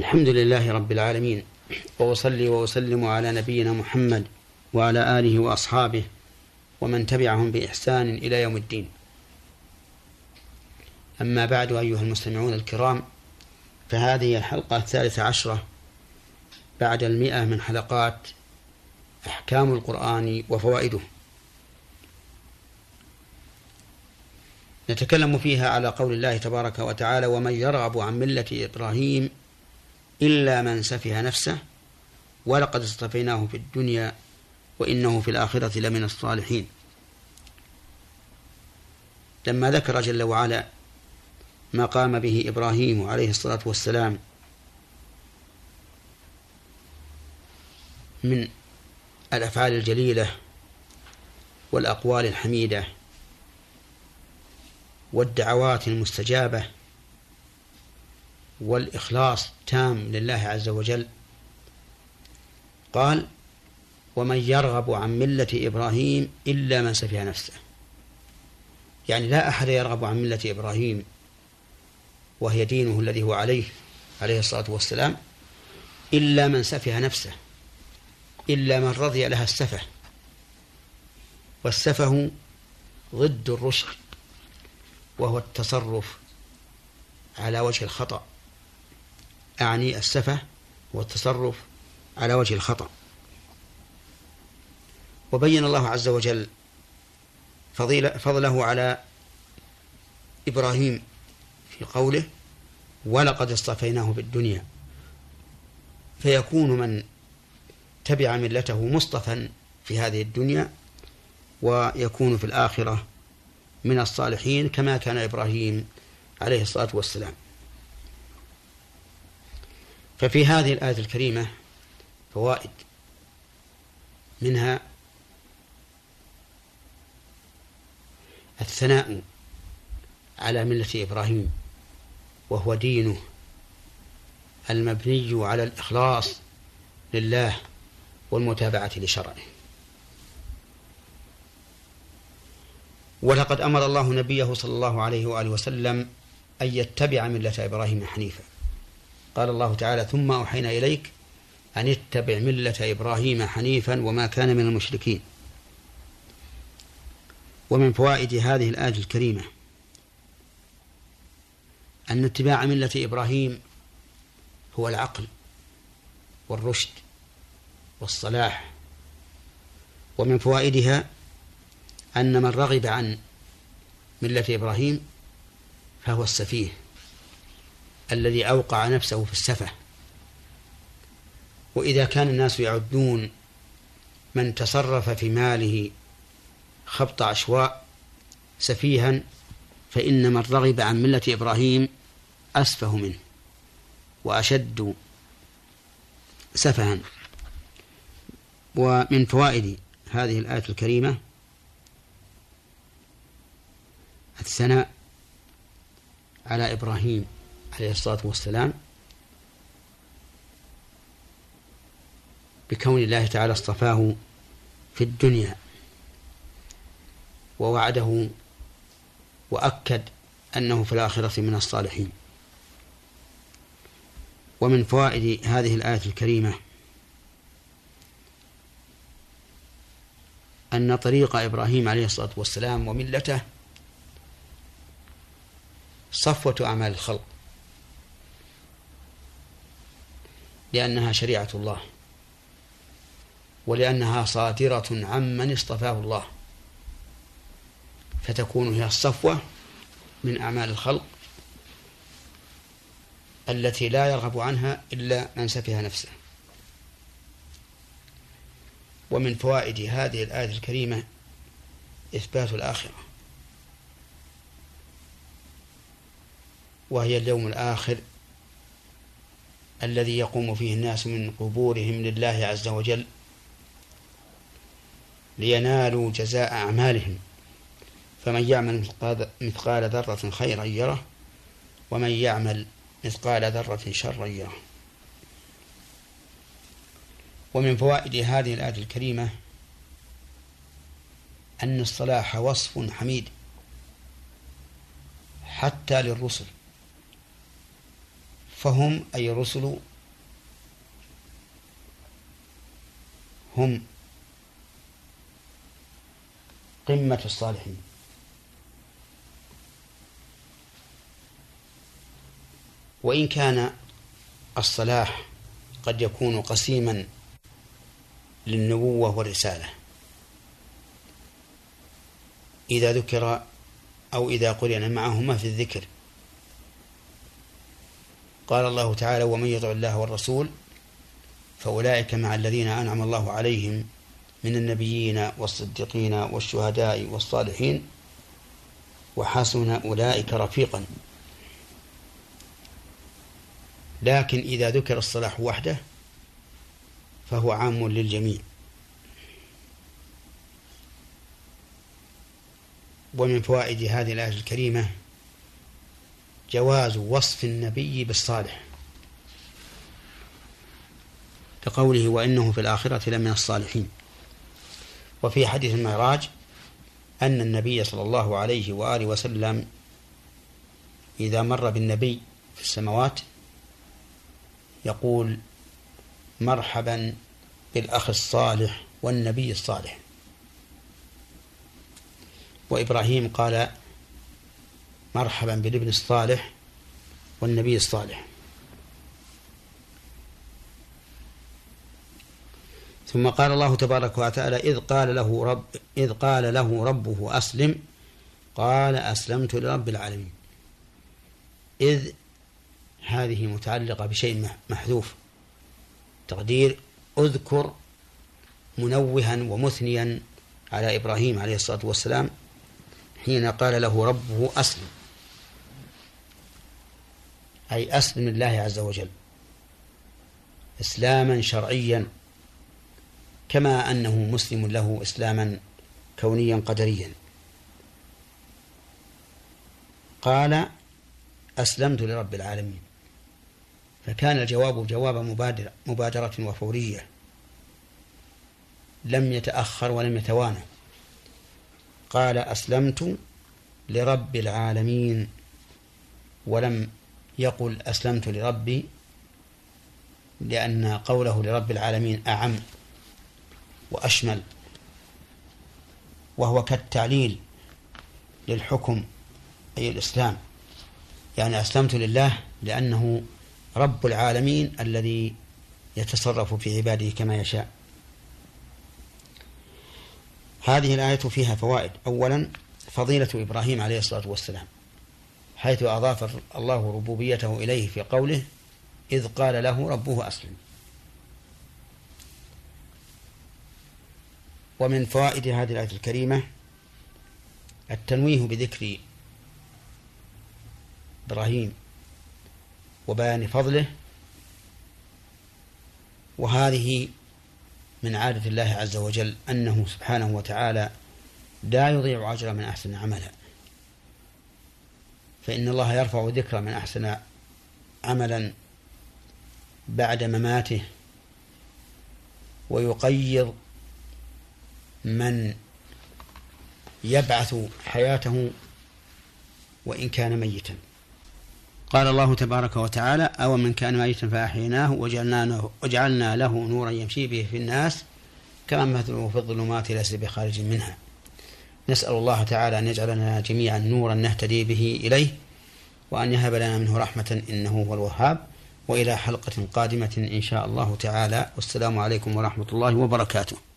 الحمد لله رب العالمين، وأصلي وأسلم على نبينا محمد وعلى آله وأصحابه ومن تبعهم بإحسان إلى يوم الدين. أما بعد، أيها المستمعون الكرام، فهذه الحلقة 13 بعد 100 من حلقات أحكام القرآن وفوائده. نتكلم فيها على قول الله تبارك وتعالى: ومن يرغب عن ملة إبراهيم إلا من سفه نفسه ولقد اصطفيناه في الدنيا وإنه في الآخرة لمن الصالحين. لما ذكر جل وعلا ما قام به إبراهيم عليه الصلاة والسلام من الأفعال الجليلة والأقوال الحميدة والدعوات المستجابة والإخلاص التام لله عز وجل، قال: ومن يرغب عن ملة إبراهيم إلا من سفه نفسه. يعني لا أحد يرغب عن ملة إبراهيم وهي دينه الذي هو عليه الصلاة والسلام إلا من سفه نفسه، إلا من رضي لها السفه. والسفه ضد الرشد، وهو التصرف على وجه الخطأ. أعني السفه هو التصرف على وجه الخطأ. وبين الله عز وجل فضله على إبراهيم في قوله: ولقد اصطفيناه في الدنيا، فيكون من تبع ملته مصطفى في هذه الدنيا ويكون في الآخرة من الصالحين كما كان إبراهيم عليه الصلاة والسلام. ففي هذه الآية الكريمة فوائد، منها الثناء على ملة إبراهيم، وهو دينه المبني على الإخلاص لله والمتابعة لشرعه. ولقد أمر الله نبيه صلى الله عليه وآله وسلم أن يتبع ملة إبراهيم حنيفا. قال الله تعالى: ثم أوحينا إليك أن اتبع ملة إبراهيم حنيفا وما كان من المشركين. ومن فوائد هذه الآية الكريمة أن اتباع ملة إبراهيم هو العقل والرشد والصلاح. ومن فوائدها أن من رغب عن ملة إبراهيم فهو السفيه الذي أوقع نفسه في السفه. وإذا كان الناس يعدون من تصرف في ماله خبط عشواء سفيها، فإن من رغب عن ملة إبراهيم أسفه منه وأشد سفها. ومن فوائد هذه الآية الكريمة الثناء على إبراهيم عليه الصلاة والسلام بكون الله تعالى اصطفاه في الدنيا، ووعده وأكد أنه في الآخرة من الصالحين. ومن فوائد هذه الآية الكريمة أن طريق إبراهيم عليه الصلاة والسلام وملته صفوة أعمال الخلق، لأنها شريعة الله، ولأنها صادرة عمن اصطفاه الله، فتكون هي الصفوة من أعمال الخلق التي لا يرغب عنها إلا من سفه نفسه. ومن فوائد هذه الآية الكريمة إثبات الآخرة، وهي اليوم الآخر الذي يقوم فيه الناس من قبورهم لله عز وجل لينالوا جزاء أعمالهم. فمن يعمل مثقال ذرة خيرا يره، ومن يعمل مثقال ذرة شرا يره. ومن فوائد هذه الآية الكريمة أن الصلاح وصف حميد حتى للرسل، فهم أي الرسل هم قمة الصالحين. وإن كان الصلاح قد يكون قسيما للنبوة والرسالة إذا ذكر أو إذا قرن معهما في الذكر. قال الله تعالى: ومن يطع الله والرسول فأولئك مع الذين أنعم الله عليهم من النبيين والصديقين والشهداء والصالحين وحسن أولئك رفيقا. لكن إذا ذكر الصلاح وحده فهو عام للجميع. ومن فوائد هذه الآية الكريمة جواز وصف النبي بالصالح، كقوله: وإنه في الآخرة لمن الصالحين. وفي حديث المعراج أن النبي صلى الله عليه وآله وسلم إذا مر بالنبي في السماوات يقول: مرحبا بالأخ الصالح والنبي الصالح. وإبراهيم قال: مرحبا بالابن الصالح والنبي الصالح. ثم قال الله تبارك وتعالى: إذ قال له ربه أسلم قال أسلمت لرب العالمين. إذ هذه متعلقة بشيء محذوف، تقدير أذكر، منوها ومثنيا على إبراهيم عليه الصلاة والسلام حين قال له ربه أسلم، أي أسلم لله عز وجل إسلاما شرعيا، كما أنه مسلم له إسلاما كونيا قدريا. قال أسلمت لرب العالمين، فكان الجواب جواب مبادرة وفورية، لم يتأخر ولم يتوانى. قال أسلمت لرب العالمين، ولم يقل أسلمت لربي، لأن قوله لرب العالمين أعم وأشمل، وهو كالتعليل للحكم أي الإسلام، يعني أسلمت لله لأنه رب العالمين الذي يتصرف في عباده كما يشاء. هذه الآية فيها فوائد. أولا فضيلة إبراهيم عليه الصلاة والسلام، حيث أضاف الله ربوبيته إليه في قوله إذ قال له ربه أسلم. ومن فوائد هذه الآية الكريمة التنويه بذكر إبراهيم وبيان فضله، وهذه من عادة الله عز وجل أنه سبحانه وتعالى لا يضيع أجر من أحسن عملا، فإن الله يرفع ذكر من أحسن عملا بعد مماته، ويقيض من يبعث حياته وإن كان ميتا. قال الله تبارك وتعالى أو من كان ميتا فأحييناه وجعلنا له نورا يمشي به في الناس كمن مثله في الظلمات ليس بخارج منها. نسأل الله تعالى أن يجعلنا جميعا نورا نهتدي به إليه، وأن يهب لنا منه رحمة إنه هو الوهاب. وإلى حلقة قادمة إن شاء الله تعالى، والسلام عليكم ورحمة الله وبركاته.